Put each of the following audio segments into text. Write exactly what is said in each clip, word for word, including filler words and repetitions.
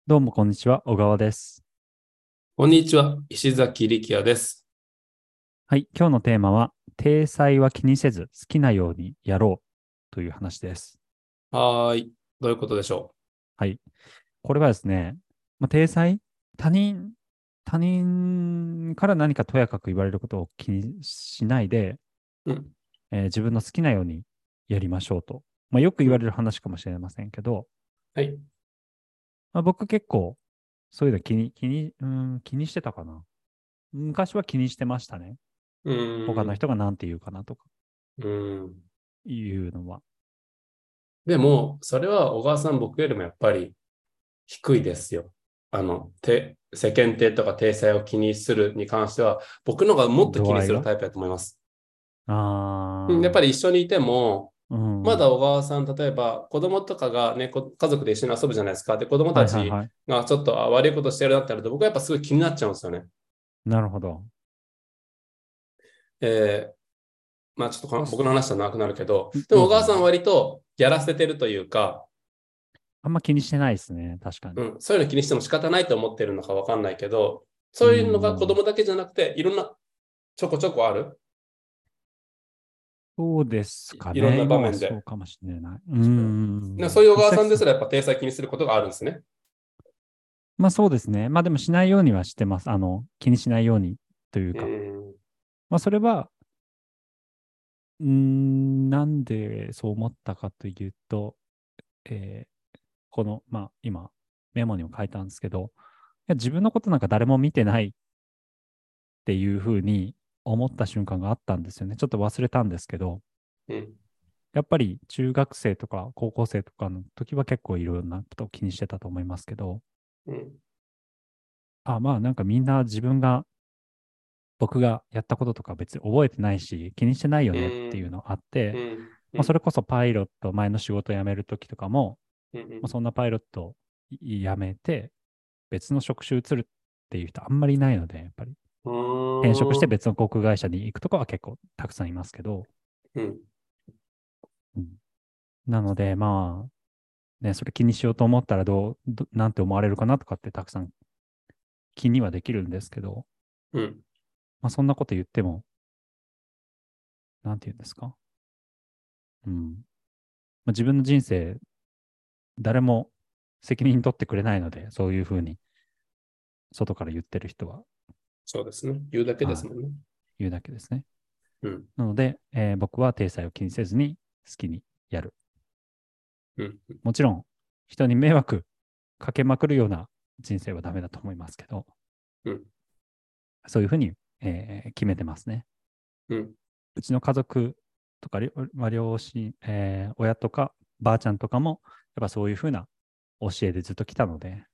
どうもこんにちは、小川です。 こんにちは、石崎力也です。 はい、今日のテーマは、体裁は気にせず好きなようにやろうという話です。 はーい。どういうことでしょはい、これはですね、まあ、体裁、他人、他人から何かとやかく言われることを気にしないで、 う？うん、 えー自分の好きなようにやりましょうと。まあ、よく言うん。 われる話かもしれませんけど、 はい。 まあ、僕結構そういうの気に、気に、うーん、気にしてたかな。昔は気にしてましたね。 うーん、 他の人が何て言うかなとかうーん。 いうのは。 でも、それは小川さん、僕よりもやっぱり低いですよ。あの、て、世間体とか体裁を気にするに関しては、僕の方がもっと気度合いがにするタイプだと思います。うん、やっぱああり一緒にいても、 ー、うん。 まだ小川さん、例えば子供とかがね、こ家族で一緒に遊ぶじゃないですか。で、子供たちはいはいはい。 がちょっとあ悪いことしてるなってなると、僕はやっぱすごい気になっちゃうんですよね。 なるほど。 えーまあちょっとこの僕の話は長くなるけど、でもどうぞどうぞ。 小川さんは割とやらせてるというか、 あんま気にしてないですね。確かに。 うん、そういうの気にしても仕方ないと思ってるのかわかんないけど、 うそういうのが子ん。 供だけじゃなくて、いろんなちょこちょこある。 そうですいいろんかね。今はな場面で。 そうかもしれない。ううん、でん。 そういう小石崎さん。 川さんですらやっぱ体裁気にすることがあるんですね。 まあそうですね。まあでもしないようにはしてます。あの、気にしないようにといううか。 ん、 まあそれは、うん、なんでそう思ったかというと、えーこの、まあ今、メモにも書いたんですけど、いや自分のことなんか誰も見てないっていうふうに思った瞬間があったんですよね。ちょっと忘れたんですけど、 うん、 やっぱり中学生とか高校生とかの時は結構いろんなことを気にしてたと思いますけど、 うん、 あ、まあなんかみんな自分が、僕がやったこととか別に覚えてないし、気にしてないようねっていうん、 のあって、 うん、うまあ、そん、 れこそパイロット、前の仕事辞める時とかも、 うまあ、 ん、 そんなパイロット辞めて別の職種移るっていう人あんまりいないので、やっぱりう転職してん、 別の航空会社に行くとかは結構たくさんいますけど、 うん、 うん、なのでまあ、ね、それ気にしようと思ったらどう、どなんて思われるかなとかってたくさん気にはできるんですけど、 うん、 まあそんなこと言っても、なんて言うんですか。うん。まあ、自分の人生、誰も責任取ってくれないので、そういうふうに外から言ってる人は、 そうですね。言うだけではい、 すもんね。 言うだけですね。 うん、 なので、えー僕は体裁を気にせずに好きにやる。 うん、 もちろん、人に迷惑かけまくるような人生はダメだと思いますけど、 うん、 そういうふうに、えー決めてますね。 うん。 うちの家族とか、まあ、両親、えー親とかばあちゃんとかも、やっぱそういうふうな教えでずっと来たので、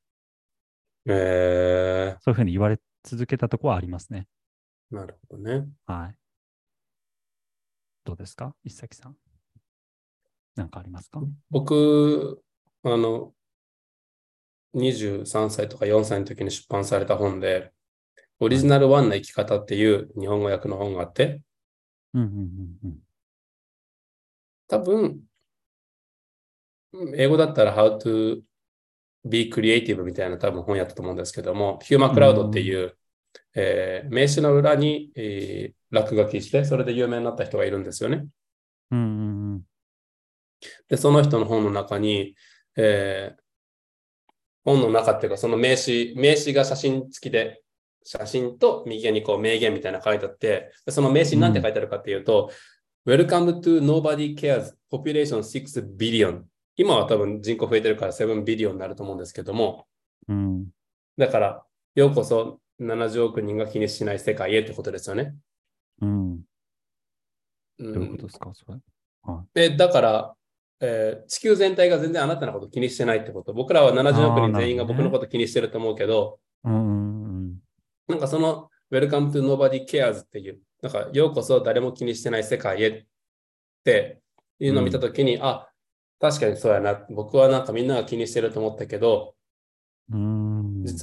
えそういうふうに言われ続けたところはありますね。 ー、なるほどね。 はい。どうですか石崎さん。なんかありますか？ 僕、あの、にじゅうさんさいとかよんさいの時に出版された本で、オリはい。 ジナルワンな生き方っていう日本語訳の本があって、 うんうんうんうん。 多分、英語だったら How to be creative みたいな多分本やったと思うんですけども、ヒューマうークラウドってん。 いう、えー名刺の裏に、えー落書きして、それで有名になった人がいるんですよね。 うんうんうん。 で、その人の本の中に、えー本の中っていうか、その名刺、名刺が写真付きで、写真と右にこう名言みたいなの書いてあって、その名刺に何て書うん。 いてあるかっていうと、Welcome to Nobody Cares Populationシックス billion。今は多分人口増えてるからななビリオンになると思うんですけども、 うん。 だから、ようこそななじゅうおく人が気にしない世界へってことですよね。 うん。どういうことうん、 ですかそれ。はで、だから、えー地球全体が全然あなたのこと気にしてないってこと。僕らはい。 ななじゅうおくああ、なる人全員が僕のほどね。 こと気にしてると思うけど、 うんうんうん。 なんかその Welcome to Nobody Cares っていう、なんかようこそ誰も気にしてない世界へっていうのを見たうん。 ときに、あ、確かにそうやな。僕はなんかみんなが気にしてると思ったけど、 うん。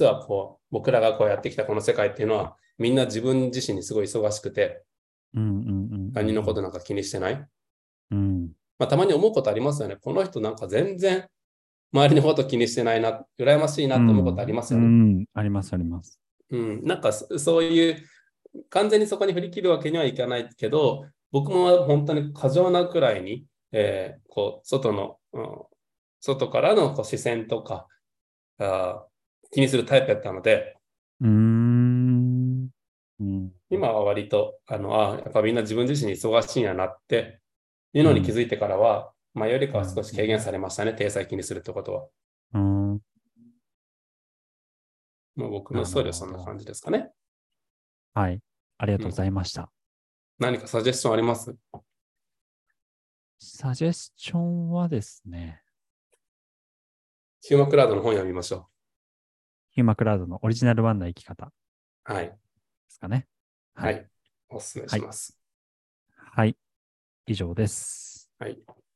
実はこう、僕らがこうやってきたこの世界っていうのは、みんな自分自身にすごい忙しくて、 うんうんうん他人のこうんとなんか気にしてない。 うん。 まあ、たまに思うことありますよね。この人なんか全然周りのこと気にしてないな、羨ましいなと思うことありますうよね。 ん、あります、あります。 うん、なんかそそういう、完全にそこに振り切るわけにはいかないけど、僕も本当に過剰なくらいに、えーこう外の、うん、外からのこう視線とかあ気にするタイプだったので、 うーん。うん。 今は割と、あの、あやっぱみんな自分自身に忙しいんやなっていううん。 のに気づいてからは、前よりかはなる少し軽減ほどね。 されましたね、体裁気にするってことは。 うん。 もう僕のなストーリーはるほど。 そんな感じですかね。 はい。ありがとうごうん。 ざいました。 何かサジェスションあります？ サジェスチョンはですね、 ヒューマクラウドの本読みましょヒューマクラウドのオリジナルワンな生き方でう。はい。 すかね。はい。 はい。お勧めはい。 します。 はい。以上です。 はい。